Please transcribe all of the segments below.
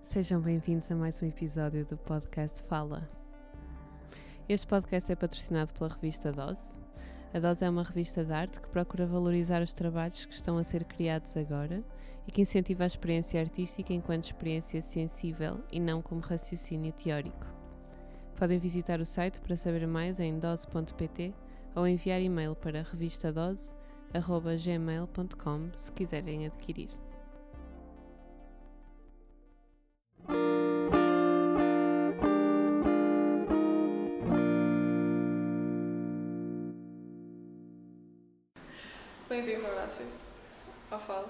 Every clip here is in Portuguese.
Sejam bem-vindos a mais um episódio do podcast Fala. Este podcast é patrocinado pela revista Dose. A Dose é uma revista de arte que procura valorizar os trabalhos que estão a ser criados agora e que incentiva a experiência artística enquanto experiência sensível e não como raciocínio teórico. Podem visitar o site para saber mais em dose.pt ou enviar e-mail para revistadose@gmail.com se quiserem adquirir. Bem-vindo, Horácio, ao Fala.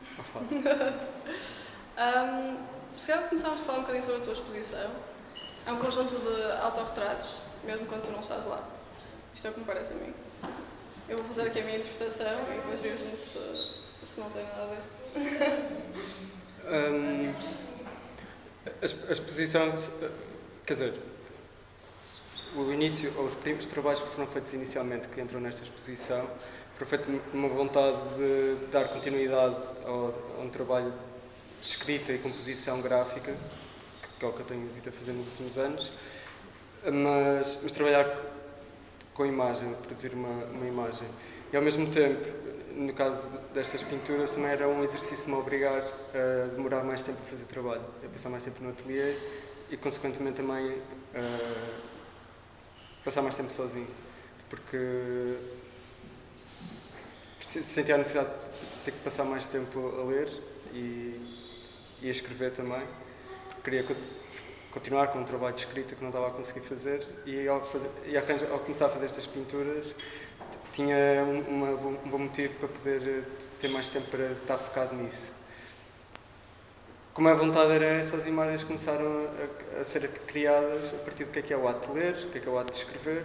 Se calhar começámos a falar um bocadinho sobre a tua exposição. É um conjunto de autorretratos, mesmo quando tu não estás lá. Isto é o que me parece a mim. Eu vou fazer aqui a minha interpretação e depois dizes-me se não tem nada a ver. A exposição, quer dizer, o início, ou os primeiros trabalhos que foram feitos inicialmente, que entram nesta exposição, foram feitos numa vontade de dar continuidade a um trabalho de escrita e composição gráfica, que é o que eu tenho vindo a fazer nos últimos anos, mas trabalhar com imagem, produzir uma imagem. E ao mesmo tempo, no caso destas pinturas, também era um exercício me obrigar a demorar mais tempo a fazer trabalho, a passar mais tempo no ateliê e, consequentemente, também passar mais tempo sozinho, porque senti a necessidade de ter que passar mais tempo a ler e a escrever também, porque queria continuar com um trabalho de escrita que não estava a conseguir fazer e ao começar a fazer estas pinturas tinha um bom motivo para poder ter mais tempo para estar focado nisso. Como a vontade era essa, as imagens começaram a ser criadas a partir do que é o ato de ler, o que é o ato de escrever.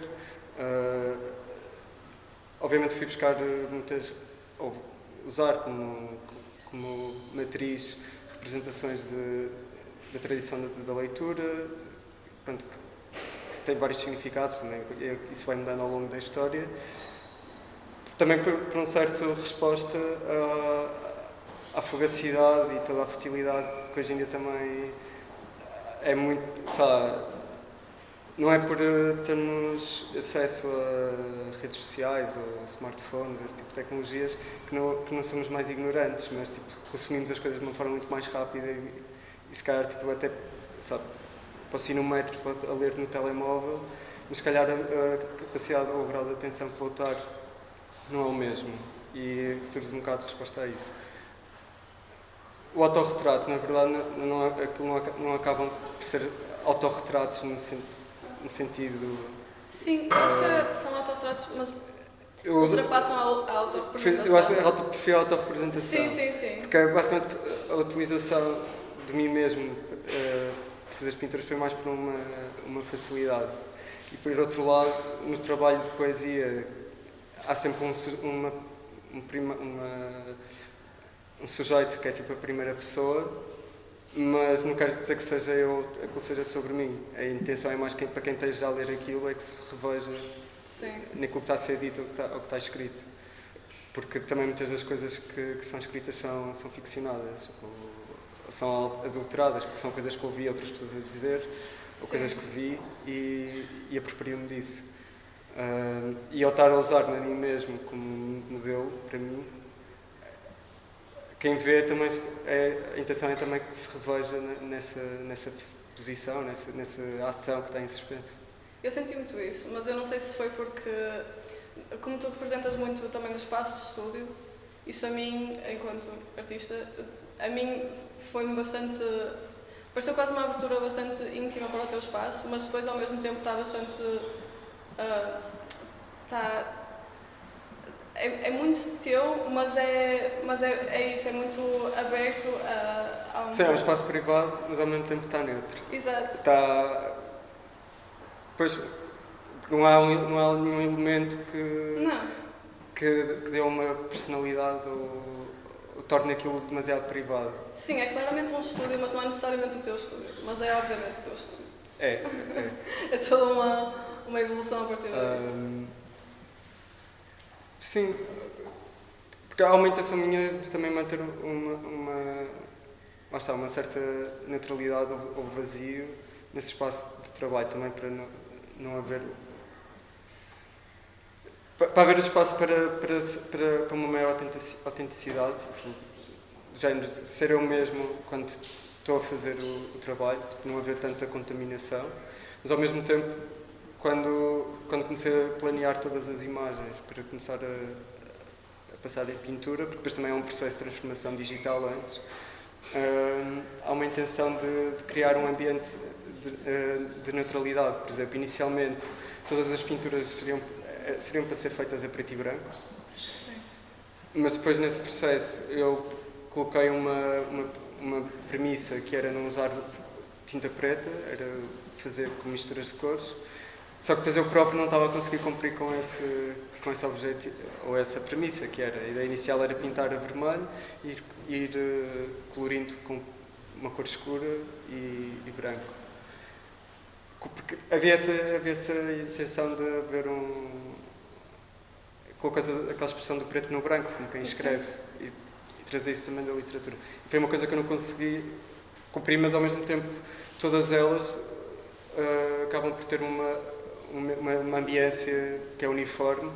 Obviamente fui buscar ou usar como matriz representações da tradição da leitura, pronto, que tem vários significados também, isso vai mudando ao longo da história. Também por uma certa resposta à fugacidade e toda a futilidade que hoje em dia também é muito, sabe, não é por termos acesso a redes sociais ou a smartphones, esse tipo de tecnologias, que não somos mais ignorantes, mas tipo, consumimos as coisas de uma forma muito mais rápida e se calhar tipo, até, sabe, posso ir no metro a ler no telemóvel, mas se calhar a capacidade ou o grau de atenção que voltar não é o mesmo e surge um bocado de resposta a isso. O autorretrato, na verdade, não acabam por ser autorretratos no sentido... Sim, eu acho que são autorretratos, mas ultrapassam a autorrepresentação. Eu acho que prefiro a autorrepresentação. Sim. Porque basicamente a utilização de mim mesmo para fazer as pinturas foi mais por uma facilidade. E por outro lado, no trabalho de poesia, há sempre um sujeito que é sempre a primeira pessoa, mas não quer dizer que seja eu, que seja sobre mim. A intenção é mais para quem esteja a ler aquilo é que se reveja naquilo que está a ser dito ou que está escrito. Porque também muitas das coisas que são escritas são ficcionadas ou são adulteradas, porque são coisas que ouvi outras pessoas a dizer ou coisas que vi e aproprio-me disso. E ao estar a usar-me a mim mesmo como modelo, para mim, quem vê também, a intenção é também que se reveja nessa posição, nessa ação que está em suspenso. Eu senti muito isso, mas eu não sei se foi porque, como tu representas muito também o espaço de estúdio, isso a mim, enquanto artista, a mim foi-me bastante... pareceu quase uma abertura bastante íntima para o teu espaço, mas depois ao mesmo tempo está bastante... É muito teu, mas é isso, é muito aberto a um... Sim, é um espaço privado, mas ao mesmo tempo está neutro. Exato. Pois, não há nenhum elemento que dê uma personalidade ou torne aquilo demasiado privado. Sim, é claramente um estúdio, mas não é necessariamente o teu estúdio, mas é obviamente o teu estúdio. É toda uma evolução a partir daí. Sim, porque há uma intenção minha de também manter lá está, uma certa neutralidade ou vazio nesse espaço de trabalho também, para não haver... Para haver espaço para uma maior autenticidade, tipo, do género, ser eu mesmo quando estou a fazer o trabalho, tipo, não haver tanta contaminação, mas ao mesmo tempo, quando comecei a planear todas as imagens para começar a passar em pintura, porque depois também é um processo de transformação digital antes, há uma intenção de criar um ambiente de neutralidade. Por exemplo, inicialmente todas as pinturas seriam para ser feitas a preto e branco. Sim. Mas depois nesse processo eu coloquei uma premissa que era não usar tinta preta, era fazer com misturas de cores. Só que depois eu próprio não estava a conseguir cumprir com esse objetivo, ou essa premissa, que era, a ideia inicial era pintar a vermelho e ir colorindo com uma cor escura e branco. Porque havia essa intenção de haver colocar aquela expressão do preto no branco, como quem escreve, e trazer isso também da literatura. Foi uma coisa que eu não consegui cumprir, mas ao mesmo tempo todas elas acabam por ter uma ambiência que é uniforme.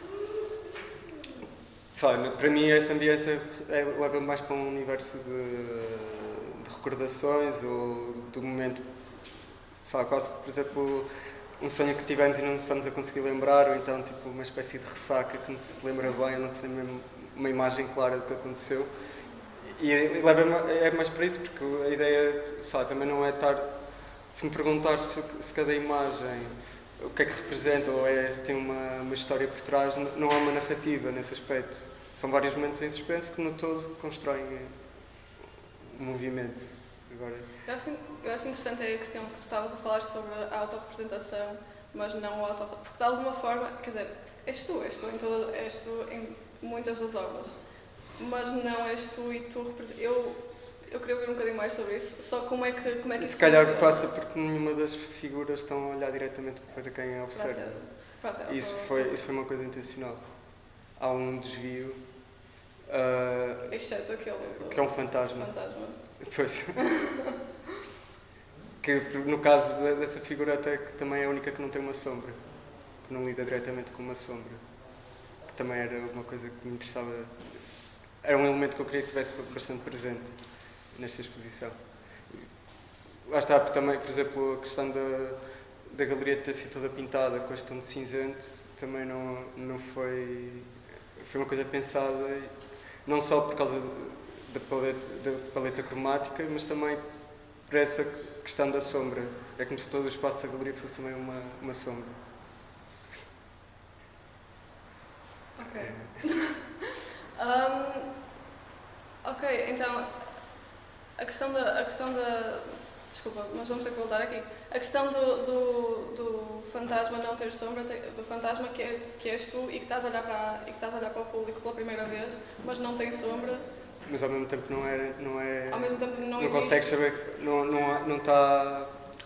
Sabe, para mim essa ambiência leva mais para um universo de recordações ou do momento, sabe, quase, por exemplo, um sonho que tivemos e não nos estamos a conseguir lembrar, ou então tipo uma espécie de ressaca que não se lembra bem, ou não se lembra uma imagem clara do que aconteceu. E é mais para isso, porque a ideia, sabe, também não é estar... Se me perguntar se cada imagem, o que é que representa, ou tem uma história por trás, não há uma narrativa nesse aspecto. São vários momentos em suspenso que no todo constroem o movimento. Agora... Eu acho interessante a questão que tu estavas a falar sobre a autorrepresentação, mas não a porque de alguma forma, quer dizer, és tu em muitas das obras, mas não és tu e tu representas. Eu queria ouvir um bocadinho mais sobre isso, só como é que isso se calhar funciona. Passa porque nenhuma das figuras estão a olhar diretamente para quem a observa. Isso foi uma coisa intencional. Há um desvio. Exceto aquele que é um fantasma. Pois. Que no caso dessa figura até que também é a única que não tem uma sombra, que não lida diretamente com uma sombra, que também era uma coisa que me interessava, era um elemento que eu queria que tivesse bastante presente nesta exposição. Lá está, também, por exemplo, a questão da galeria ter sido toda pintada com este tom de cinzento também não foi uma coisa pensada, não só por causa da paleta cromática, mas também por essa questão da sombra. É como se todo o espaço da galeria fosse também uma sombra. Ok. Ok, então a questão da desculpa, mas vamos ter que voltar aqui. A questão do fantasma não ter sombra, do fantasma que és tu e que estás a olhar para o público pela primeira vez, mas não tem sombra. Mas ao mesmo tempo não é ao mesmo tempo não existe. Consegues saber, não está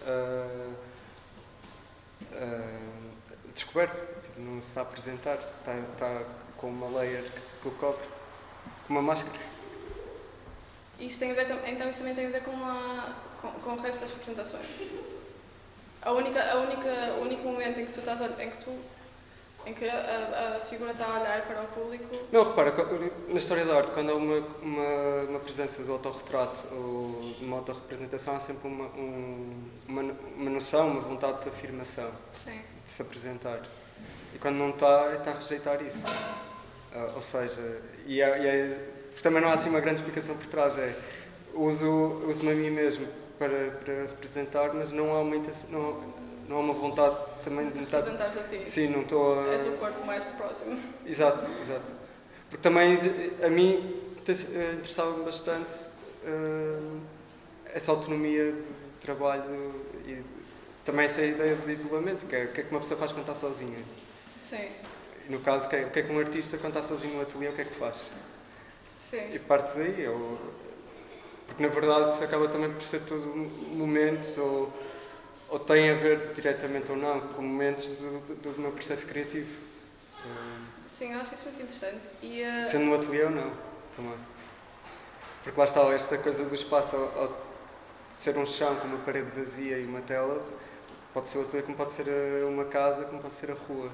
descoberto, tipo, não se está a apresentar, está com uma layer que o cobre, com uma máscara. Isso tem a ver, então isso também tem a ver com o resto das representações. O único momento em que tu estás em que a figura está a olhar para o público. Não, repara, na história da arte, quando há uma presença do autorretrato ou de uma autorrepresentação, há sempre uma noção, uma vontade de afirmação. Sim. De se apresentar. E quando não está a rejeitar isso. Ou seja, porque também não há assim uma grande explicação por trás. Uso-me a mim mesmo para representar, mas não há uma intenção, não há uma vontade também de representares a ti. Sim, não estou a... És o corpo mais próximo. Exato. Porque também a mim interessava-me bastante essa autonomia de trabalho e também essa ideia de isolamento, que é o que é que uma pessoa faz quando está sozinha. Sim. E no caso, o que é que um artista quando está sozinho no ateliê, o que é que faz? Sim. E parte daí, porque na verdade isso acaba também por ser tudo momentos ou tem a ver diretamente ou não com momentos do meu processo criativo. Sim, eu acho isso muito interessante. Sendo no ateliê ou não, também. Porque lá está esta coisa do espaço, ao ser um chão com uma parede vazia e uma tela, pode ser outra, como pode ser uma casa, como pode ser a rua.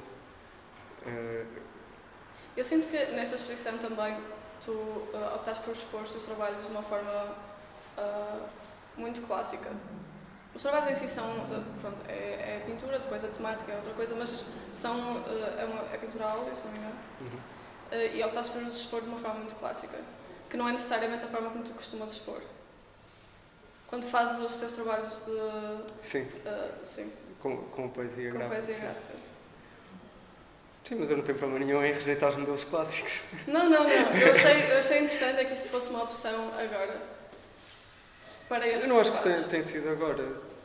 Eu sinto que nesta exposição também tu optaste por expor os teus trabalhos de uma forma muito clássica. Os trabalhos em si são, pronto, é pintura, depois a temática é outra coisa, mas é pintura a óleo, se não me engano. E optaste por os expor de uma forma muito clássica, que não é necessariamente a forma como tu costumas expor. Quando fazes os teus trabalhos de... Sim, sim. com poesia Com gráfica. poesia gráfica. Sim, mas eu não tenho problema nenhum em rejeitar os modelos clássicos. Não. Eu achei interessante é que isto fosse uma opção agora. Para estes Eu não acho que trabalhos. tem sido agora.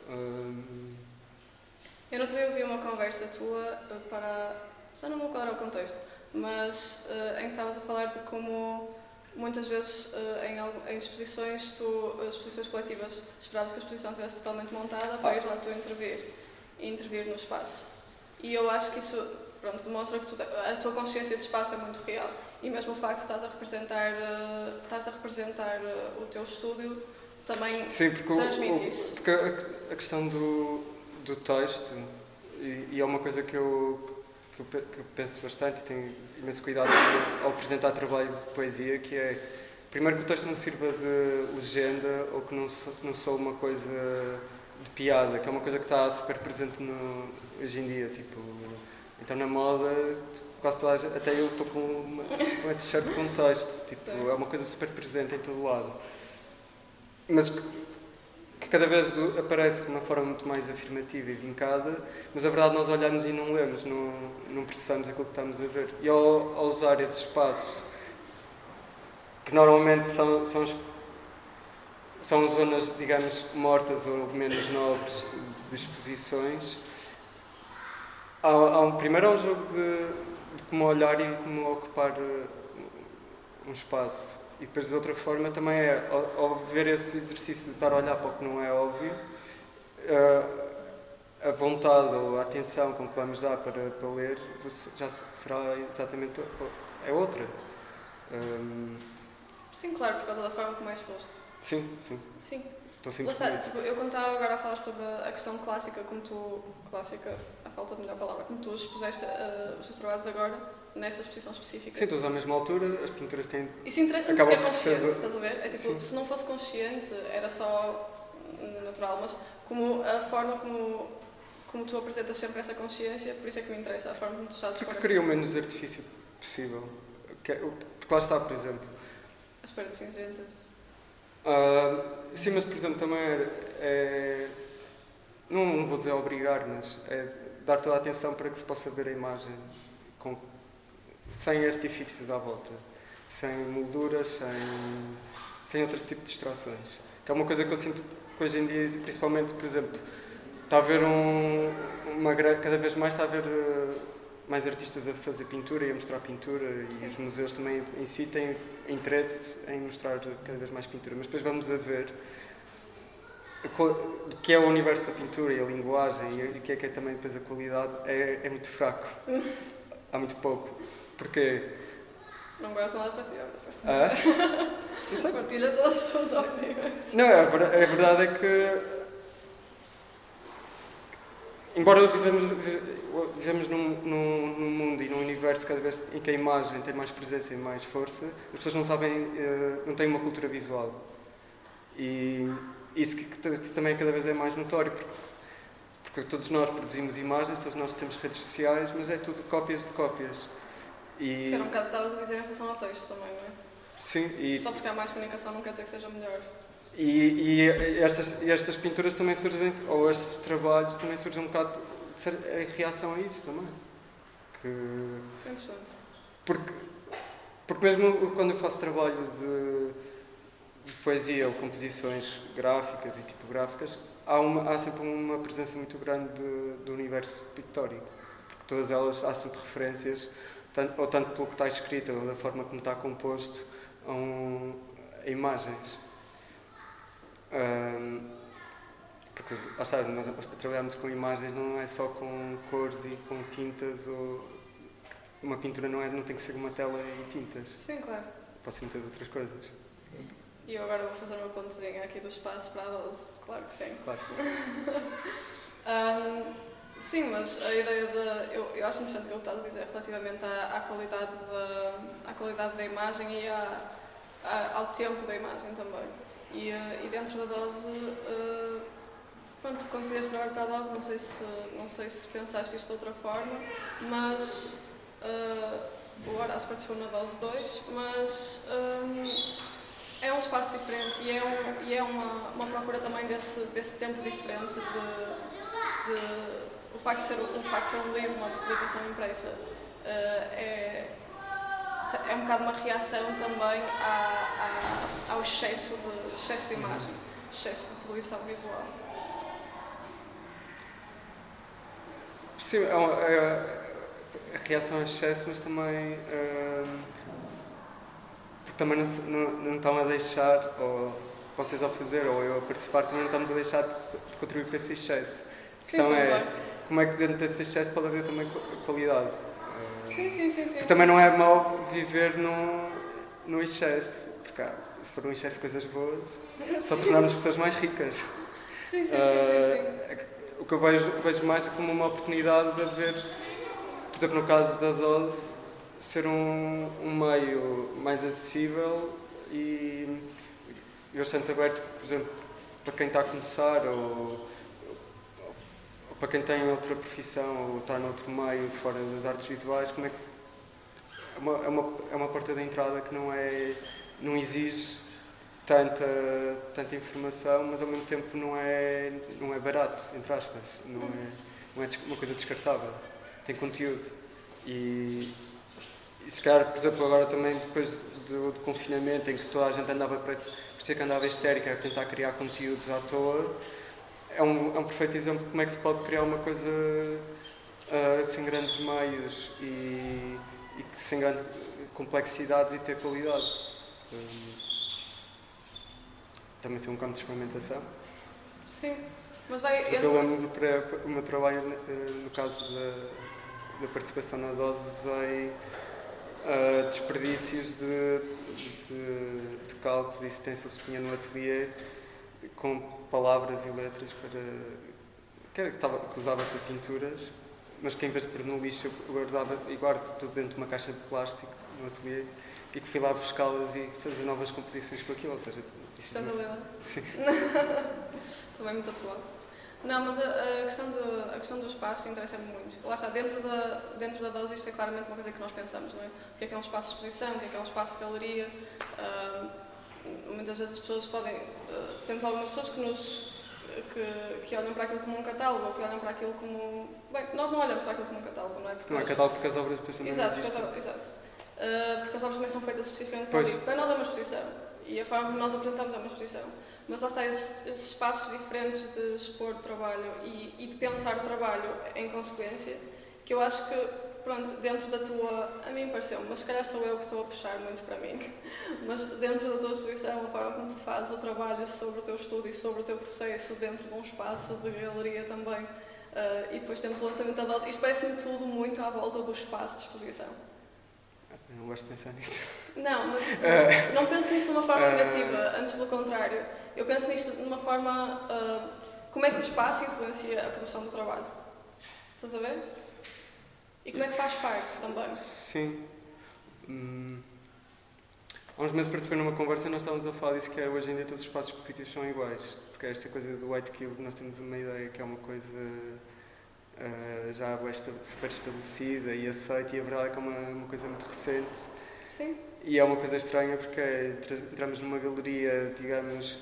Eu no outro dia ouvi uma conversa tua para... Já não me lembro qual era o contexto, mas em que estavas a falar de como muitas vezes em exposições coletivas, esperavas que a exposição estivesse totalmente montada para ir lá tu intervir no espaço. E eu acho que isso, pronto, demonstra que a tua consciência de espaço é muito real. E mesmo o facto de estás a representar o teu estúdio também transmite isso. Porque a questão do texto, e é uma coisa que eu penso bastante e tenho imenso cuidado ao apresentar trabalho de poesia, que é, primeiro, que o texto não sirva de legenda ou que não sou uma coisa de piada, que é uma coisa que está super presente hoje em dia, tipo, então na moda, quase toda até eu estou com uma t-shirt com texto, tipo, é uma coisa super presente em todo lado. Mas que cada vez aparece de uma forma muito mais afirmativa e vincada, mas a verdade nós olhamos e não lemos, não processamos aquilo que estamos a ver. E ao usar esses espaços, que normalmente são zonas, digamos, mortas ou menos nobres de exposições, primeiro há um jogo de como olhar e como ocupar um espaço. E depois, de outra forma, também ao ver esse exercício de estar a olhar para o que não é óbvio, a vontade ou a atenção com que vamos dar para ler já será exatamente outra. Sim, claro, por causa da forma como é exposto. Sim. Estou sempre tipo, eu quando estava agora a falar sobre a questão clássica, a falta de melhor palavra, como tu expuseste os teus trabalhos agora, nesta exposição específica. Sim, todos à mesma altura, as pinturas têm... Isso interessa-me porque é consciente, estás a ver? É tipo, se não fosse consciente, era só natural, mas como a forma como tu apresentas sempre essa consciência, por isso é que me interessa a forma como tu estás a expor. Porque queria o menos artifício possível. Porque lá está, por exemplo... As paredes cinzentas. Sim, mas por exemplo também não vou dizer obrigar, mas é dar toda a atenção para que se possa ver a imagem sem artifícios à volta, sem molduras, sem outro tipo de distrações. Que é uma coisa que eu sinto que hoje em dia, principalmente, por exemplo, está a haver cada vez mais está a haver mais artistas a fazer pintura e a mostrar pintura. Sim. E os museus também em si têm interesse em mostrar cada vez mais pintura, mas depois vamos a ver do que é o universo da pintura e a linguagem e o que é também depois a qualidade é muito fraco. Há muito pouco. Porquê? Não gosto nada para ti, vocês não sei. Partilha todas as suas opiniões. Não, a verdade é que embora vivemos num mundo e num universo cada vez em que a imagem tem mais presença e mais força, as pessoas não têm uma cultura visual. E isso que também cada vez é mais notório, porque todos nós produzimos imagens, todos nós temos redes sociais, mas é tudo cópias de cópias. Que era um bocado que estavas a dizer em relação ao texto também, não é? Sim. Só porque há mais comunicação não quer dizer que seja melhor. E estas pinturas também surgem, ou estes trabalhos também surgem um bocado em reação a isso também. Isso é interessante. Porque mesmo quando eu faço trabalho de poesia ou composições gráficas e tipográficas, há sempre uma presença muito grande do universo pictórico. Porque todas elas há sempre referências, tanto pelo que está escrito ou da forma como está composto, a imagens. Porque nós trabalhamos com imagens, não é só com cores e com tintas, ou uma pintura não tem que ser uma tela e tintas. Sim, claro. Pode ser muitas outras coisas. E eu agora vou fazer uma pontezinha aqui do espaço para a dose, claro que sim. Claro. Sim, mas a ideia de... Eu acho interessante o que ele está a dizer relativamente à qualidade da imagem e ao tempo da imagem também. E dentro da dose, pronto, quando fizeste trabalho para a dose, não sei se pensaste isto de outra forma, mas o Horácio participou na dose 2, mas é um espaço diferente e é uma procura também desse tempo diferente o facto de ser um livro, uma publicação impressa, é um bocado uma reação também ao excesso de imagem, excesso de poluição visual. Sim, a reação ao excesso, mas também porque também não estão a deixar, ou vocês ao fazer, ou eu a participar, também não estamos a deixar de contribuir para esse excesso. A questão é como é que dentro desse excesso pode haver também qualidade. Sim. Porque também não é mau viver no excesso, porque se for um excesso de coisas boas, só tornamos pessoas mais ricas. Sim. O que eu vejo mais é como uma oportunidade de haver, por exemplo, no caso da dose, ser um meio mais acessível e bastante aberto, por exemplo, para quem está a começar ou para quem tem outra profissão ou está noutro meio fora das artes visuais, como é que é uma porta de entrada que não exige tanta informação, mas ao mesmo tempo não é barato, entre aspas, não é uma coisa descartável, tem conteúdo e se calhar, por exemplo, agora também depois do confinamento em que toda a gente andava, parecia que andava histérica a tentar criar conteúdos à toa, é um perfeito exemplo de como é que se pode criar uma coisa sem grandes meios e sem grandes complexidades e ter qualidade. Também ser um campo de experimentação. Sim, mas eu lembro para o meu trabalho, no caso da participação na dose, usei desperdícios de cálculos e sentenças que tinha no ateliê com palavras e letras que usava para pinturas, mas que em vez de pôr no lixo eu guardava e guardo tudo dentro de uma caixa de plástico no ateliê e que fui lá buscá-las e fazer novas composições com aquilo, ou seja... Sustentabilidade. Sim. Também muito atual. Não, mas a questão do espaço interessa-me muito. Lá está, dentro da dose isto é claramente uma coisa que nós pensamos, não é? O que é um espaço de exposição, o que é um espaço de galeria. Muitas vezes as pessoas podem... temos algumas pessoas que olham para aquilo como um catálogo ou que olham para aquilo como... Bem, nós não olhamos para aquilo como um catálogo, não é? Não é catálogo porque as obras depois também exato, existem. Exato. Porque as obras também são feitas especificamente para nós é uma exposição. E a forma como nós apresentamos é uma exposição. Mas lá está, esses espaços diferentes de expor o trabalho e de pensar o trabalho em consequência, que eu acho que, pronto, dentro da tua... A mim pareceu-me, mas se calhar sou eu que estou a puxar muito para mim, mas dentro da tua exposição, a forma como tu fazes o trabalho sobre o teu estudo e sobre o teu processo dentro de um espaço de galeria também, e depois temos o lançamento da data, isto parece-me tudo muito à volta do espaço de exposição. Eu não gosto de pensar nisso. Não, mas não penso nisto de uma forma negativa, antes pelo contrário. Eu penso nisto de uma forma... como é que o espaço influencia a produção do trabalho? Estás a ver? E como é que faz parte também? Sim. Há uns meses participei numa conversa e nós estávamos a falar disso, que é hoje em dia todos os espaços expositivos são iguais. Porque é esta coisa do white cube, nós temos uma ideia que é uma coisa... já super estabelecida e aceita, e a verdade é que é uma coisa muito recente. Sim. E é uma coisa estranha porque entramos numa galeria, digamos,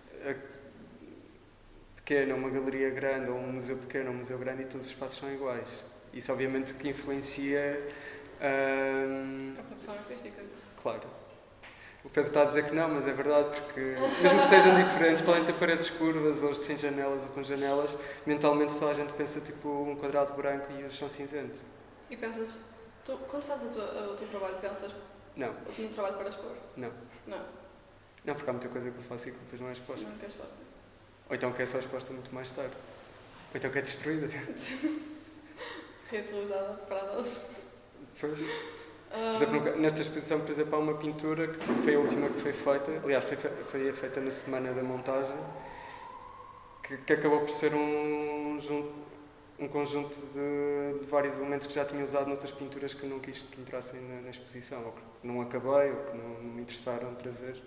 pequena, uma galeria grande, ou um museu pequeno, ou um museu grande, e todos os espaços são iguais. Isso obviamente que influencia... a produção artística. Claro. O Pedro está a dizer que não, mas é verdade, porque mesmo que sejam diferentes, podem ter paredes curvas, ou sem janelas ou com janelas, mentalmente toda a gente pensa tipo um quadrado branco e o chão cinzento. E pensas, quando fazes o teu trabalho, pensas não. No trabalho para expor? Não. Não, porque há muita coisa que eu faço e que depois não é exposta. Não é exposta. Ou então que é só exposta muito mais tarde. Ou então que é destruída. Reutilizada para a dose. Pois. Por exemplo, nesta exposição, por exemplo, há uma pintura que foi a última que foi feita, aliás, foi feita na semana da montagem, que acabou por ser um conjunto de vários elementos que já tinha usado noutras pinturas que eu não quis que entrassem na exposição, ou que não acabei, ou que não me interessaram trazer.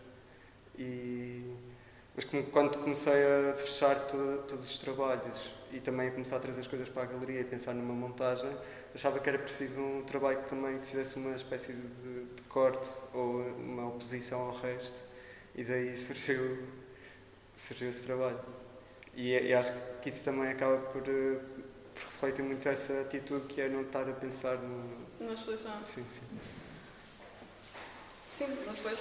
Mas quando comecei a fechar todos os trabalhos e também a começar a trazer as coisas para a galeria e pensar numa montagem, achava que era preciso um trabalho que também fizesse uma espécie de corte ou uma oposição ao resto, e daí surgiu esse trabalho. E acho que isso também acaba por refletir muito essa atitude que é não estar a pensar numa exposição. Sim. Sim, mas depois...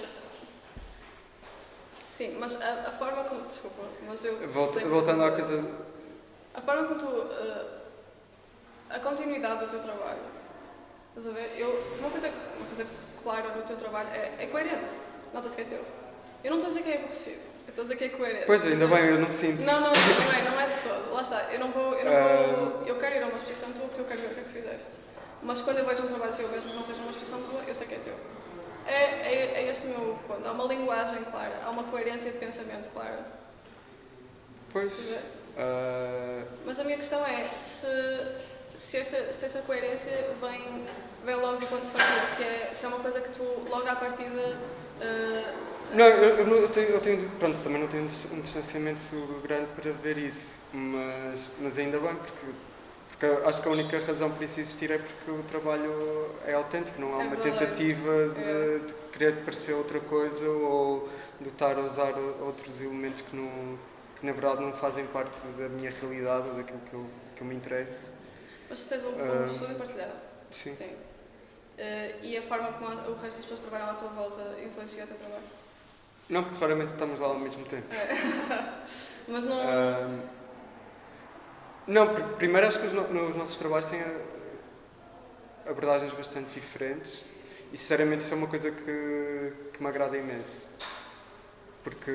Sim, mas a forma como... Desculpa, mas eu... Voltando à coisa... A forma como tu... a continuidade do teu trabalho. Estás a ver? Uma coisa clara no teu trabalho é coerente. Nota-se que é teu. Eu não estou a dizer que é aborrecido. Eu estou a dizer que é coerente. Pois, ainda bem, eu não sinto. Não é de todo. Lá está. Eu quero ir a uma exposição tua porque eu quero ver o que é que tu fizeste. Mas quando eu vejo um trabalho teu, mesmo que não seja uma exposição tua, eu sei que é teu. É esse o meu ponto. Há uma linguagem clara, há uma coerência de pensamento clara. Pois. Mas a minha questão é se esta coerência vem logo enquanto partida, se é uma coisa que tu logo à partida... Não, eu tenho, pronto, também não tenho um distanciamento grande para ver isso, mas ainda bem, porque acho que a única razão para isso existir é porque o trabalho é autêntico, não há uma tentativa de querer parecer outra coisa ou de estar a usar outros elementos que na verdade não fazem parte da minha realidade ou daquilo que eu me interesso. Mas tu tens um estúdio partilhado? Sim. E a forma como o resto das pessoas trabalham à tua volta influencia o teu trabalho? Não, porque raramente estamos lá ao mesmo tempo. Mas não... Não, porque primeiro acho que os nossos trabalhos têm abordagens bastante diferentes e sinceramente isso é uma coisa que me agrada imenso. Porque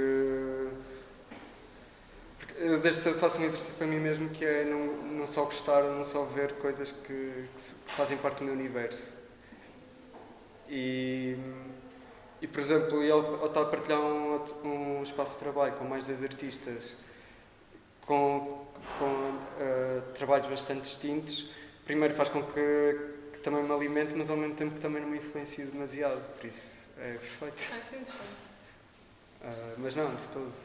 eu desde cedo faço um exercício para mim mesmo que é não só gostar, não só ver coisas que fazem parte do meu universo. E por exemplo, ao estar a partilhar um espaço de trabalho com mais 2 artistas, com trabalhos bastante distintos, primeiro faz com que também me alimente, mas ao mesmo tempo que também não me influencie demasiado, por isso é perfeito. Isso é interessante. Mas não, de todo.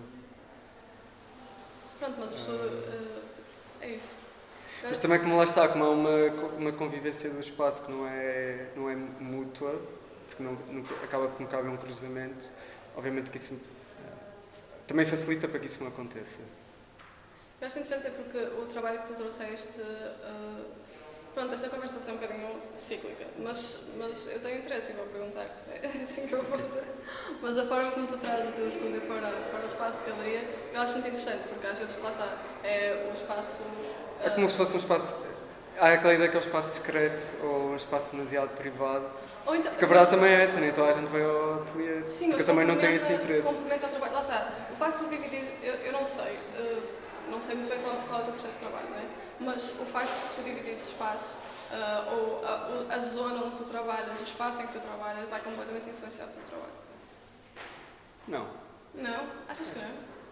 Pronto, mas o estudo é isso. Mas também como lá está, como há uma convivência do espaço que não é mútua, porque acaba por nunca haver um cruzamento, obviamente que isso também facilita para que isso não aconteça. Eu acho interessante porque o trabalho que tu trouxeste, pronto, esta conversa está a ser um bocadinho cíclica, mas eu tenho interesse e vou perguntar, é assim que eu vou dizer. Mas a forma como tu trazes o teu estúdio para o espaço de galeria, eu acho muito interessante, porque às vezes, lá está, é o espaço... É como se fosse um espaço... Há aquela ideia que é um espaço secreto ou um espaço demasiado privado. Ou então, porque a verdade também é essa, né? Então a gente vai ao ateliê. Sim, porque eu também não tenho esse interesse. Complementa o trabalho. Lá está. O facto de tu dividir, eu não sei. Não sei muito bem qual é o teu processo de trabalho, não é? Mas o facto de tu dividir esse espaço, ou a zona onde tu trabalhas, o espaço em que tu trabalhas, vai completamente influenciar o teu trabalho. Não. Não? Achas que não?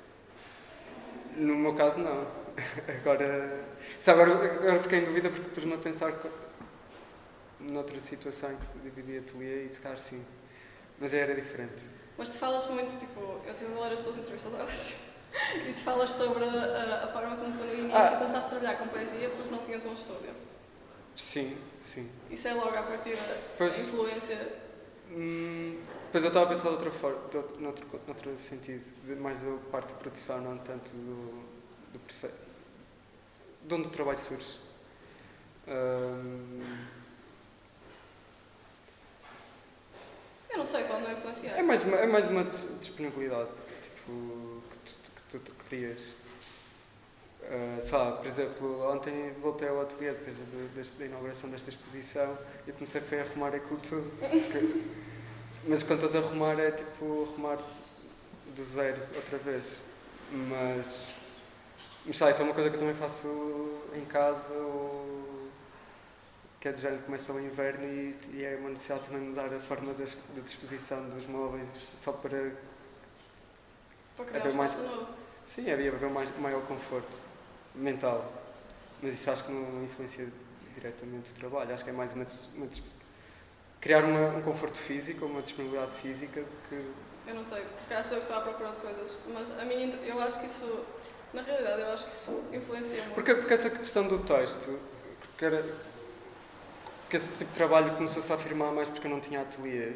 No meu caso, não. Agora fiquei em dúvida porque pus-me a pensar noutra situação em que dividi ateliê e se calhar sim. Mas era diferente. Mas tu falas muito, tipo, eu tive a ler as tuas entrevistas ao Horácio e tu falas sobre a forma como tu no início começaste a trabalhar com poesia porque não tinhas um estúdio. Sim. Isso é logo a partir da influência. Pois eu estava a pensar de outra forma, noutro sentido, mais da parte de produção, não tanto do processo, de onde o trabalho surge. Eu não sei, pode não influenciar. É mais uma disponibilidade tipo, que tu crias. Por exemplo, ontem voltei ao ateliê depois da inauguração desta exposição e comecei a arrumar aquilo tudo. Mas quando estás a arrumar é tipo arrumar do zero outra vez. Mas isso é uma coisa que eu também faço em casa que é do género, começa o inverno e é uma necessidade também mudar a forma da disposição dos móveis, só para criar um espaço novo. Sim, havia maior conforto mental, mas isso acho que não influencia diretamente o trabalho, acho que é mais criar um conforto físico, uma disponibilidade física de que... Eu não sei, se calhar sou eu que estou à procura de coisas, mas a mim, eu acho que isso, na realidade, eu acho que isso influencia muito. Porque essa questão do texto, que esse tipo de trabalho começou-se a afirmar mais porque eu não tinha ateliê.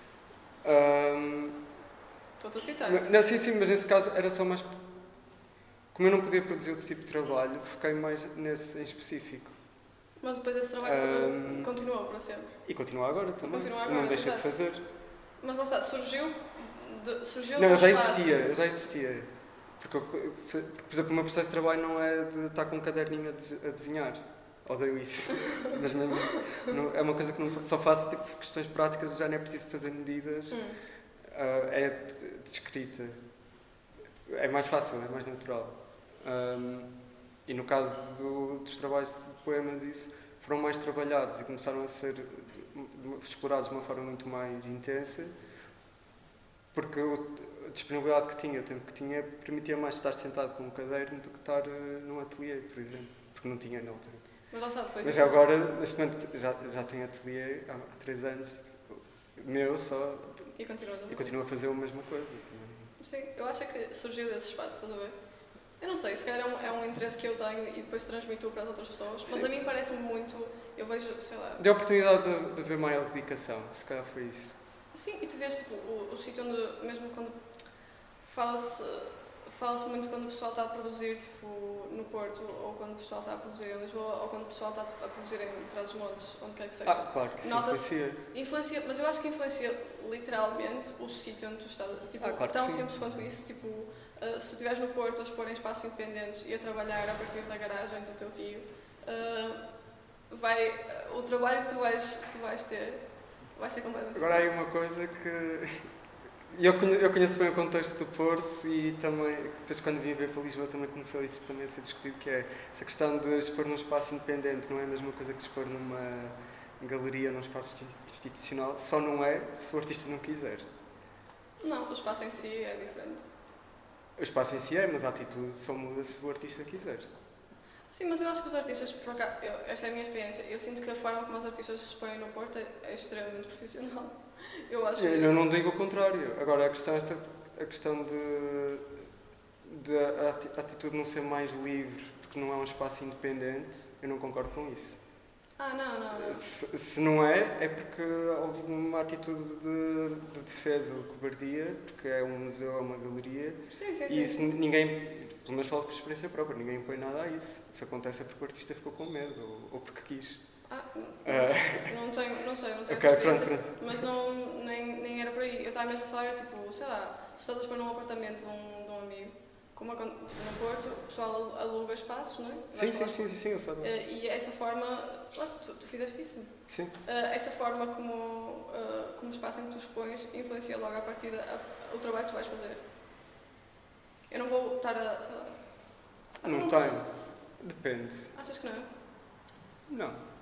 Estou-te a citar. Não, sim, mas nesse caso era só mais... Como eu não podia produzir outro tipo de trabalho, fiquei mais nesse em específico. Mas depois esse trabalho continuou para sempre. E continua agora também. Continua agora, não deixei de fazer. Mas lá está, surgiu não, eu já existia. Porque, por exemplo, o meu processo de trabalho não é de estar com um caderninho a desenhar. Odeio isso. Mas mesmo, é uma coisa que não, só faço tipo questões práticas, já não é preciso fazer medidas. É de escrita. É mais fácil, é mais natural. E no caso dos trabalhos de poemas, isso foram mais trabalhados e começaram a ser explorados de uma forma muito mais intensa, porque a disponibilidade que tinha, o tempo que tinha, permitia mais estar sentado com um caderno do que estar num ateliê, por exemplo, porque não tinha na altura. Mas lá está, depois... Mas agora, neste momento, já tenho ateliê há 3 anos, meu só, e continuo a fazer a mesma coisa. Também. Sim, eu acho que surgiu desse espaço, estás a ver? Eu não sei, se calhar é um interesse que eu tenho e depois transmito para as outras pessoas, mas a mim parece-me muito, eu vejo, sei lá... Deu a oportunidade de ver maior dedicação, se calhar foi isso. Sim, e tu vês tipo, o sítio onde, mesmo quando fala-se muito quando o pessoal está a produzir tipo, no Porto, ou quando o pessoal está a produzir em Lisboa, ou quando o pessoal está a produzir em Trás-os-Montes, onde quer que seja. Claro que isso influencia. Mas eu acho que influencia literalmente o sítio onde tu estás. Tipo, claro tão simples quanto isso, tipo, se tu estiveres no Porto a expor em espaços independentes e a trabalhar a partir da garagem do teu tio, o trabalho que tu vais ter vai ser completamente Agora há aí uma coisa que... Eu conheço bem o contexto do Porto e também, depois quando vim ver para Lisboa também começou isso também a ser discutido, que é essa questão de expor num espaço independente, não é a mesma coisa que expor numa galeria, num espaço institucional, só não é se o artista não quiser. Não, o espaço em si é diferente. O espaço em si é, mas a atitude só muda se o artista quiser. Sim, mas eu acho que os artistas, por acaso, esta é a minha experiência, eu sinto que a forma como os artistas se expõem no Porto é extremamente profissional. Eu não digo o contrário. Agora, a questão de a atitude não ser mais livre porque não é um espaço independente, eu não concordo com isso. Não. Se não é porque houve uma atitude de defesa ou de cobardia, porque é um museu, é uma galeria. Sim. E isso ninguém, pelo menos falo por experiência própria, ninguém impõe nada a isso. Se acontece é porque o artista ficou com medo ou porque quis. Não sei, okay, pronto. Mas nem era por aí. Eu estava mesmo a falar, tipo, sei lá, se estás a expor num apartamento de um amigo, como tipo, no Porto, o pessoal aluga espaços, não é? Sim, eu sei. E essa forma, tu fizeste isso? Sim. Essa forma como o espaço em que tu expões influencia logo a partir do trabalho que tu vais fazer. Eu não vou estar a, sei lá... Não tenho. Depende. Achas que não? Não.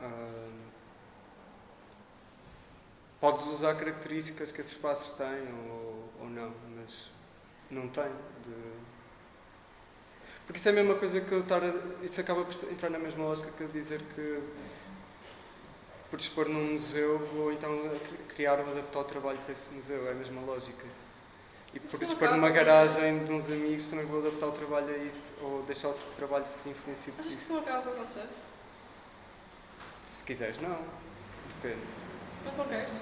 Podes usar características que esses espaços têm ou não, mas não tem. Porque isso é a mesma coisa que eu isso acaba por entrar na mesma lógica que eu dizer que por expor num museu vou então criar ou adaptar o trabalho para esse museu, é a mesma lógica. E por expor numa garagem de uns amigos também vou adaptar o trabalho a isso ou deixar o trabalho se influenciar por isso. Achas que isso não acaba por acontecer? Se quiseres, não. Depende. Mas não queres?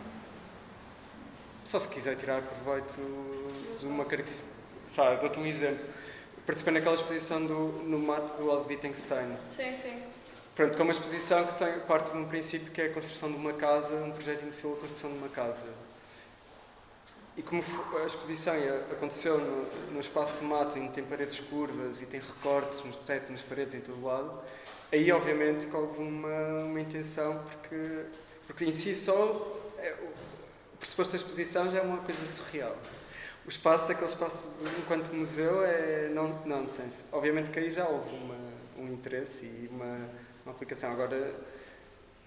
Só se quiser tirar proveito de uma característica. Sabe, dou-te um exemplo. Participei naquela exposição no MAT do Os Wittgenstein. Sim. Pronto, que é uma exposição que parte de um princípio que é a construção de uma casa, um projeto inicial a construção de uma casa. E como a exposição aconteceu no espaço de MAT, em que tem paredes curvas e tem recortes nos tetos, nas paredes, em todo lado, aí obviamente que houve uma intenção, porque em si só o pressuposto da exposição já é uma coisa surreal. O espaço, aquele espaço enquanto museu, é nonsense. Obviamente que aí já houve um interesse e uma aplicação. Agora,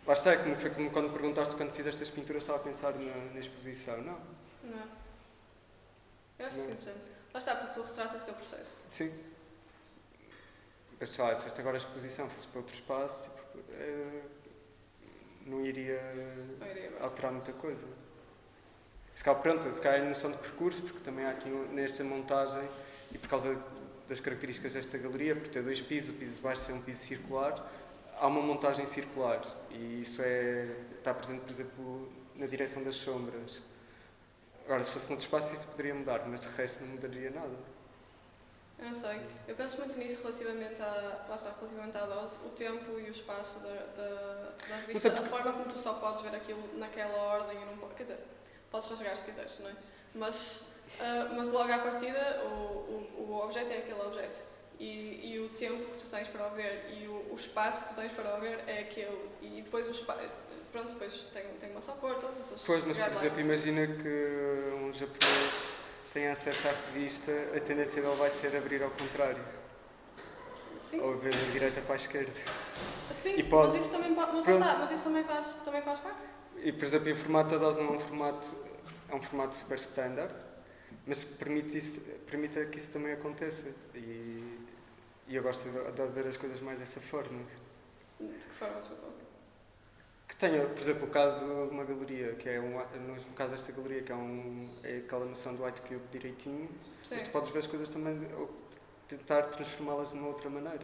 Lá está, foi como quando perguntaste quando fizeste as pinturas, estava a pensar na exposição, não? Não. Eu acho isso interessante. Lá está, porque tu retratas o teu processo. Sim. Mas sei lá, se esta agora a exposição fosse para outro espaço, tipo, não iria alterar muita coisa. Se calhar a noção de percurso, porque também há aqui nesta montagem, e por causa das características desta galeria, por ter 2 pisos, o piso de baixo ser um piso circular, há uma montagem circular, e isso está presente, por exemplo, na direção das sombras. Agora, se fosse noutro espaço, isso poderia mudar, mas de resto não mudaria nada. Eu não sei. Eu penso muito nisso relativamente à dose, o tempo e o espaço da revista, a forma como tu só podes ver aquilo naquela ordem e não quer dizer, podes rasgar se quiseres, não é? Mas logo à partida o objeto é aquele objeto e o tempo que tu tens para o ver e o espaço que tu tens para o ver é aquele e depois o espaço, pronto, depois tem uma só cor, todas essas Pois, mas por exemplo, imagina que um japonês tem acesso à revista, a tendência dele vai ser abrir ao contrário. Sim. Ou ver da direita para a esquerda. Sim, e pode, mas isso também faz parte. E por exemplo, em formato a dose não é um formato super standard, mas que permita que isso também aconteça. E eu gosto de ver as coisas mais dessa forma. De que forma, desculpa? Que tenha, por exemplo, o caso de uma galeria, que é no caso desta galeria, que é aquela noção do white cube direitinho, mas tu podes ver as coisas também, ou tentar transformá-las de uma outra maneira.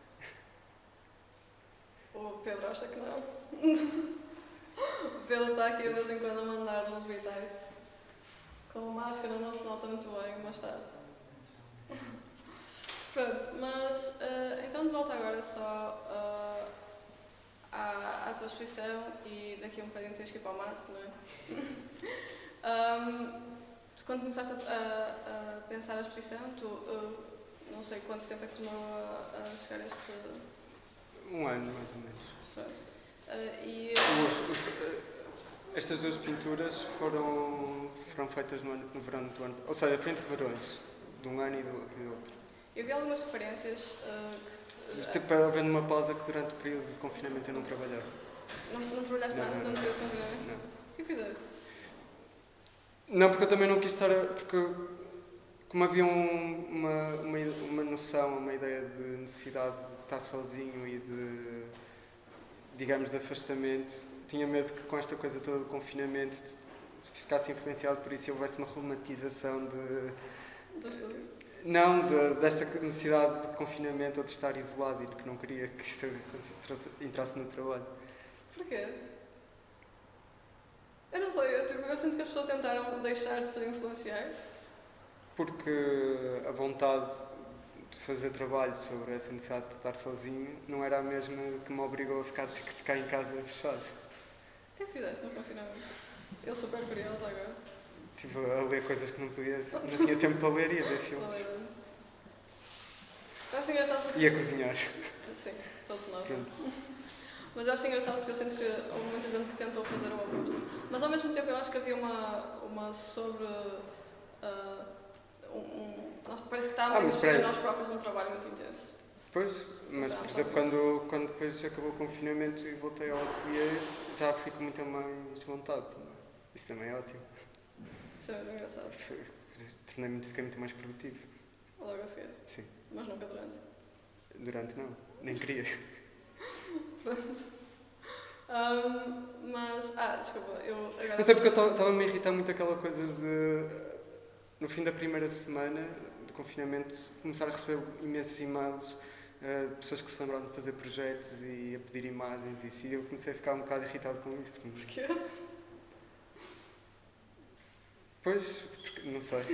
O Pedro acha que não. O Pedro está aqui de vez em quando a mandar uns bitites. Com máscara não se nota muito bem, mas está. Pronto, mas então de volta agora só à tua exposição e daqui a um bocadinho tens que ir para o mate, não é? Tu, quando começaste a pensar a exposição, não sei quanto tempo é que tomou a chegar a este... 1 ano, mais ou menos. Pronto. Estas 2 pinturas foram feitas no verão do ano... Ou seja, foi entre verões, de um ano e do outro. Eu vi algumas referências Havendo uma pausa que durante o período de confinamento eu não trabalhava. Não trabalhaste nada durante o período de confinamento? Não. O que fizeste? Não, porque eu também não quis estar... Porque como havia uma noção, uma ideia de necessidade de estar sozinho e de, digamos, de afastamento, tinha medo que com esta coisa toda do confinamento ficasse influenciado por isso e houvesse uma romantização Do estúdio? Não, desta necessidade de confinamento ou de estar isolado e que não queria que isso entrasse no trabalho. Porquê? Eu não sei, eu sinto que as pessoas tentaram deixar-se influenciar. Porque a vontade de fazer trabalho sobre essa necessidade de estar sozinho não era a mesma que me obrigou a ter que ficar em casa fechado. O que é que fizeste no confinamento? Eu super curiosa agora. Estive a ler coisas que não podia, não tinha tempo para ler e a ver filmes. Eu acho engraçado porque... E a cozinhar. Sim, todos nós. Mas eu acho engraçado porque eu sinto que houve muita gente que tentou fazer o oposto. Mas ao mesmo tempo eu acho que havia uma sobre... parece que estava a exigir a nós próprios um trabalho muito intenso. Pois, mas por exemplo, quando depois acabou o confinamento e voltei ao ateliê, já fui com muita mais vontade também. Isso também é ótimo. Isso é muito engraçado. Fiquei muito mais produtivo. Logo a seguir? Sim. Mas nunca durante? Durante não, nem queria. Pronto. Desculpa, eu agora... Não sei porque eu estava-me a irritar muito aquela coisa de, no fim da primeira semana de confinamento, começar a receber imensos e-mails de pessoas que se lembraram de fazer projetos e a pedir imagens e assim, eu comecei a ficar um bocado irritado com isso. Porquê? Pois, porque, não sei.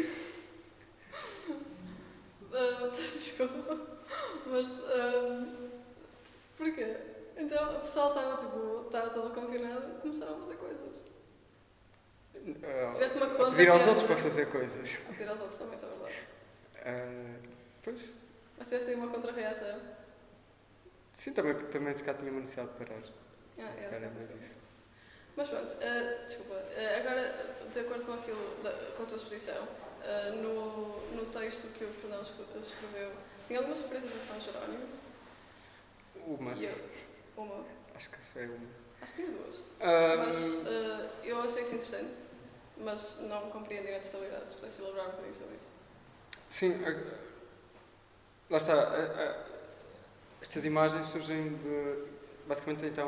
Desculpa, mas porquê? Então o pessoal estava todo confinado e começaram a fazer coisas. Tiveste uma conta. A pedir aos outros para fazer coisas. A pedir aos outros também, isso é verdade. Pois. Mas tiveste aí uma contra-reação? Sim, também se calhar tinha uma necessidade de parar. Se calhar é mais isso. Mas pronto, desculpa, agora de acordo com aquilo, com a tua exposição, no texto que o Fernão escreveu, tinha algumas referências a São Jerónimo? Uma. Uma? Acho que é uma. Acho que tinha duas. Ah, Mas eu achei isso interessante, mas não compreendi na totalidade. Se pudesse elaborar um bocadinho sobre isso. sim, lá está. Estas imagens surgem de. Basicamente, então,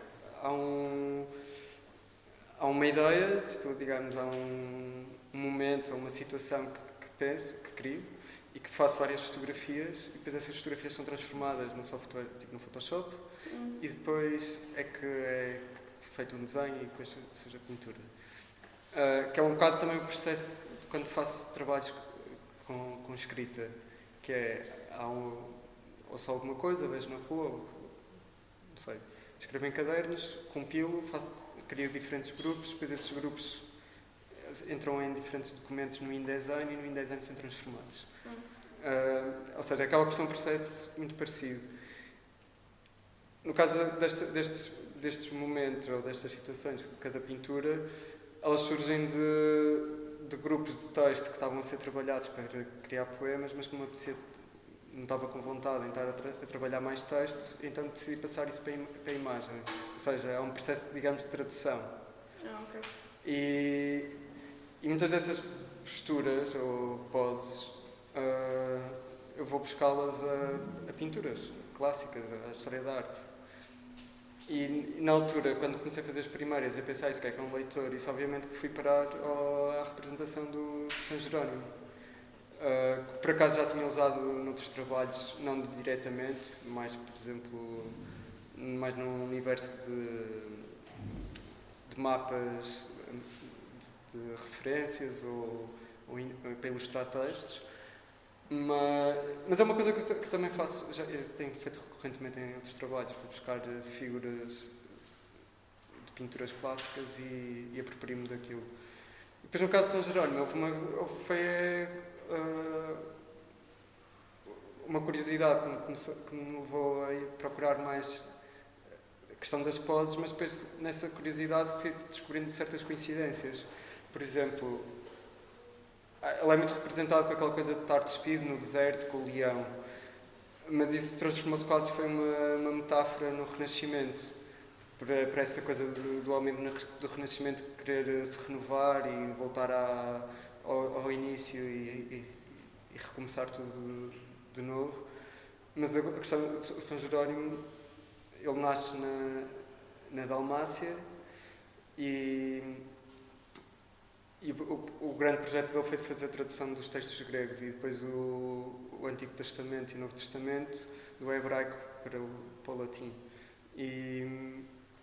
há uma ideia, tipo, digamos, há um momento, ou uma situação que penso, que crio, e que faço várias fotografias, e depois essas fotografias são transformadas no software, tipo no Photoshop, e depois é que é feito um desenho e depois surge a pintura. Que é um bocado também o processo de quando faço trabalhos com escrita, que é, ouço alguma coisa, vejo na rua, não sei, escrevo em cadernos, compilo, crio diferentes grupos, depois esses grupos entram em diferentes documentos no InDesign e no InDesign são transformados. Ou seja, acaba por ser um processo muito parecido. No caso destes momentos ou destas situações de cada pintura, elas surgem de grupos de texto que estavam a ser trabalhados para criar poemas, mas que não estava com vontade em estar a trabalhar mais texto, então decidi passar isso para a imagem. Ou seja, é um processo, digamos, de tradução. Ok. E muitas dessas posturas ou poses, eu vou buscá-las a pinturas clássicas, à história da arte. E na altura, quando comecei a fazer as primeiras, eu pensei, isso que é um leitor, isso obviamente que fui parar à representação do São Jerónimo. Que por acaso já tinha usado noutros trabalhos, não diretamente, mais, por exemplo, mais num universo de mapas de referências ou para ilustrar textos. Mas é uma coisa que também faço, eu tenho feito recorrentemente em outros trabalhos, vou buscar figuras de pinturas clássicas e aproprio-me daquilo. E depois no caso de São Jerónimo, foi uma curiosidade que me levou a ir procurar mais a questão das poses, mas depois nessa curiosidade fui descobrindo certas coincidências. Por exemplo, ela é muito representada com aquela coisa de estar despido no deserto com o leão, mas isso transformou-se quase, foi uma metáfora no Renascimento, para essa coisa do homem do Renascimento querer se renovar e voltar ao início e recomeçar tudo de novo. Mas a questão de São Jerónimo, ele nasce na Dalmácia e o grande projeto dele foi de fazer a tradução dos textos gregos e depois o Antigo Testamento e o Novo Testamento do hebraico para o latim. E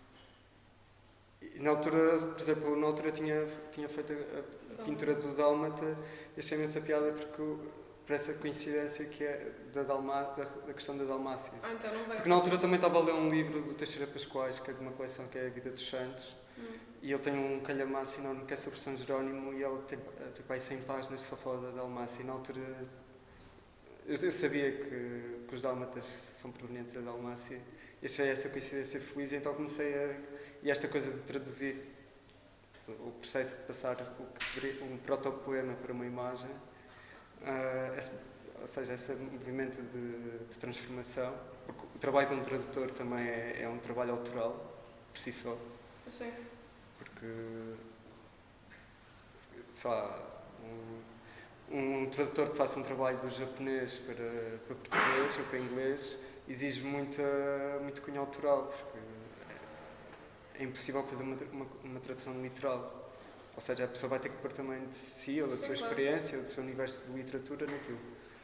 na altura, por exemplo, tinha feito a pintura do Dálmata e achei imensa piada por essa coincidência que é da questão da Dalmácia. Então não vai. Porque na altura também estava a ler um livro do Teixeira Pascoais, que é de uma coleção que é A Vida dos Santos, e ele tem um calhamaço enorme que é sobre São Jerónimo e ele tem tipo, aí 100 páginas que só fala da Dalmácia. E na altura eu sabia que os dálmatas são provenientes da Dalmácia e achei essa coincidência feliz, então comecei e esta coisa de traduzir o processo de passar um protopoema para uma imagem, ou seja, esse movimento de transformação, porque o trabalho de um tradutor também é um trabalho autoral, por si só. Sim. Porque, sei lá, um tradutor que faça um trabalho do japonês para português ou para inglês exige muito cunho autoral, porque é impossível fazer uma tradução literal. Ou seja, a pessoa vai ter que pôr também de si, ou da sua experiência, ou do seu universo de literatura naquilo.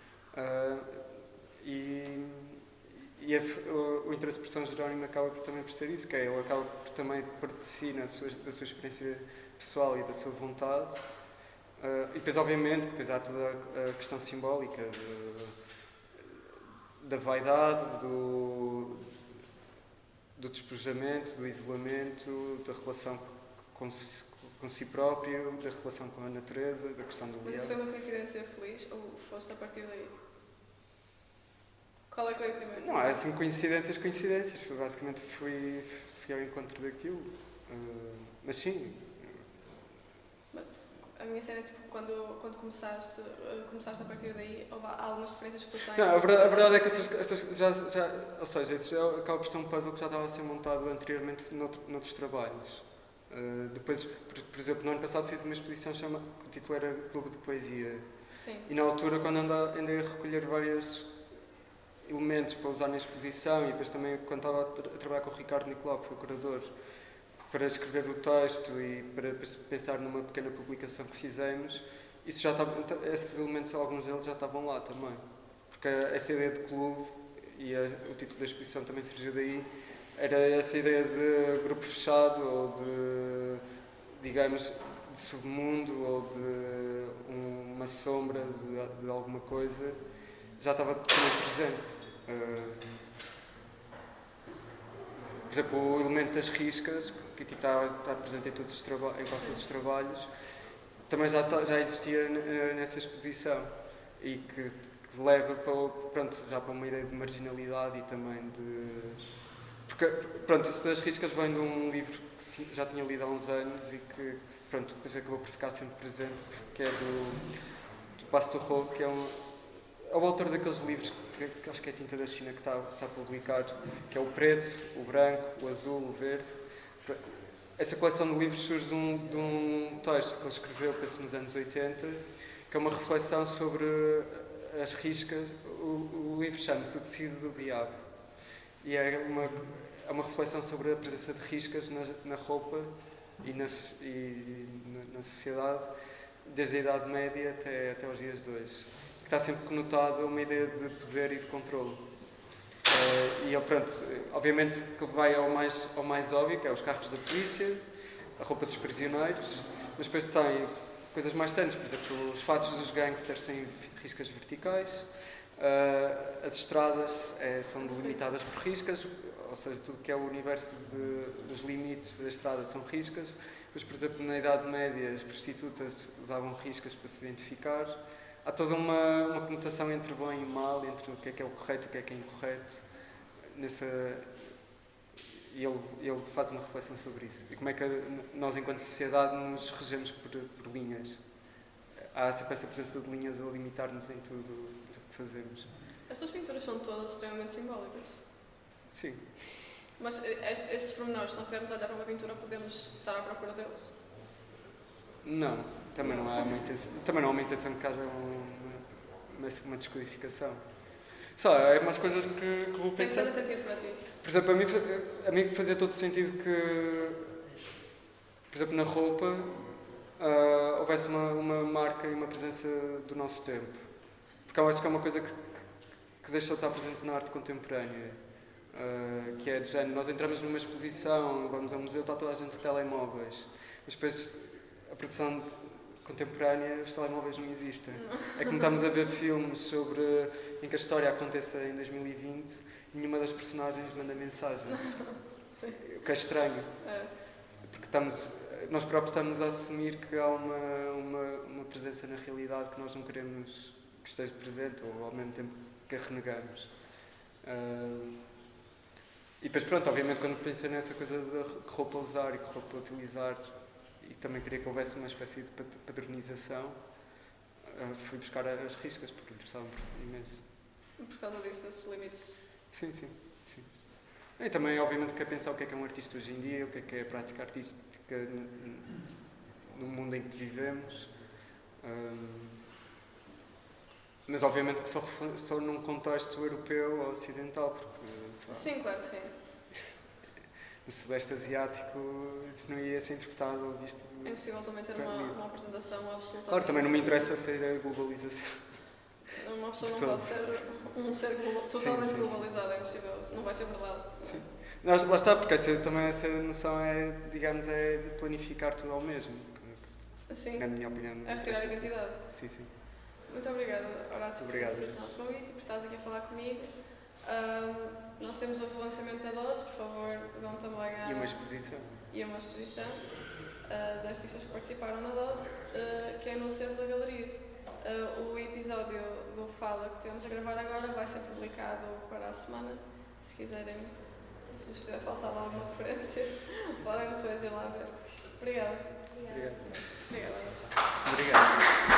O interesse por São Jerónimo acaba também por ser isso, que é ele acaba também por de si, da sua experiência pessoal e da sua vontade. E depois, obviamente, depois há toda a questão simbólica da vaidade, do despojamento, do isolamento, da relação com si próprio, da relação com a natureza, da questão do leão. Mas isso foi uma coincidência feliz ou foste a partir daí? Qual é que foi o primeiro? Não, há assim coincidências. Basicamente fui ao encontro daquilo. Mas sim. A minha cena é tipo, quando começaste a partir daí, houve algumas referências que tu tens. Não, a verdade é que essas ou seja, isso já acaba por ser um puzzle que já estava a ser montado anteriormente noutros trabalhos. Depois, por exemplo, no ano passado fiz uma exposição que o título era Clube de Poesia. Sim. E na altura, quando andei a recolher vários elementos para usar na exposição, e depois também quando estava a trabalhar com o Ricardo Nicolau, que foi o curador, para escrever o texto e para pensar numa pequena publicação que fizemos, isso já estava, esses elementos, alguns deles já estavam lá também. Porque essa ideia de clube, e o título da exposição também surgiu daí, era essa ideia de grupo fechado, ou de, digamos, de submundo, ou de uma sombra de alguma coisa, já estava também presente. Por exemplo, o elemento das riscas, que aqui está presente em quase todos os trabalhos, também já existia nessa exposição e que leva já para uma ideia de marginalidade e também de... Porque, pronto, isso das riscas vem de um livro que já tinha lido há uns anos e que depois acabou por ficar sempre presente, que é do Pastoreau, que é o autor daqueles livros que acho que é a Tinta da China que está a publicar, que é o preto, o branco, o azul, o verde. Essa coleção de livros surge de um texto que ele escreveu, penso, nos anos 80, que é uma reflexão sobre as riscas. O livro chama-se O Tecido do Diabo. E é uma reflexão sobre a presença de riscas na roupa e na sociedade, desde a Idade Média até aos dias de hoje. Que está sempre conotado a uma ideia de poder e de controle. E ele, pronto, obviamente que vai ao mais óbvio, que é os carros da polícia, a roupa dos prisioneiros, mas depois tem coisas mais tenues, por exemplo, os fatos dos gangsters têm riscas verticais, as estradas são delimitadas por riscas, ou seja, tudo que é o universo dos limites da estrada são riscas. Depois, por exemplo, na Idade Média, as prostitutas usavam riscas para se identificar. Há toda uma conotação entre bem e mal, entre o que é o correto e o que é incorreto. E ele faz uma reflexão sobre isso. E como é que nós, enquanto sociedade, nos regemos por linhas. Há sempre essa presença de linhas a limitar-nos em tudo que fazemos. As tuas pinturas são todas extremamente simbólicas. Sim. Mas estes pormenores, se nós estivermos a olhar para uma pintura, podemos estar à procura deles? Não. Também não há uma intenção de que haja uma descodificação. É umas coisas que vou pensar. Tem que fazer sentido para ti. Por exemplo, a mim fazia todo sentido que, por exemplo, na roupa houvesse uma marca e uma presença do nosso tempo. Porque eu acho que é uma coisa que deixou de estar presente na arte contemporânea. Que é de género, nós entramos numa exposição, vamos ao museu, está toda a gente de telemóveis. Mas depois a produção contemporânea, os telemóveis não existem. É como estamos a ver filmes em que a história aconteça em 2020 e nenhuma das personagens manda mensagens. Sim. O que é estranho. Porque nós próprios estamos a assumir que há uma presença na realidade que nós não queremos que esteja presente, ou ao mesmo tempo que a renegamos. E depois, pronto, obviamente, quando pensei nessa coisa de que roupa usar e que roupa utilizar, e também queria que houvesse uma espécie de padronização, fui buscar as riscas, porque interessavam imenso. Por causa disso, desses limites? Sim. E também, obviamente, quer pensar o que é um artista hoje em dia, o que é a prática artística no mundo em que vivemos. Mas, obviamente, que só num contexto europeu ou ocidental, porque... Sim, claro que sim. No Sudeste Asiático, isso não ia ser interpretado ou visto... É impossível também ter uma apresentação absolutamente... Claro, também não me interessa essa ideia de globalização. Uma pessoa não pode ser um ser totalmente globalizado, é impossível, não vai ser verdade. Sim. Lá está, porque também essa noção é de planificar tudo ao mesmo. Sim, na minha opinião. é retirar a identidade. Sim. Muito obrigada, Horácio, por Obrigado. aceitar o nosso convite e por estás aqui a falar comigo. Nós temos hoje o lançamento da Dose, por favor, vão também E uma exposição. De artistas que participaram na Dose, que é no centro da galeria. O episódio do Fala que temos a gravar agora vai ser publicado para a semana. Se quiserem, se vos tiver faltado alguma referência, podem depois ir lá ver. Obrigada. Obrigado. Obrigada. Obrigado.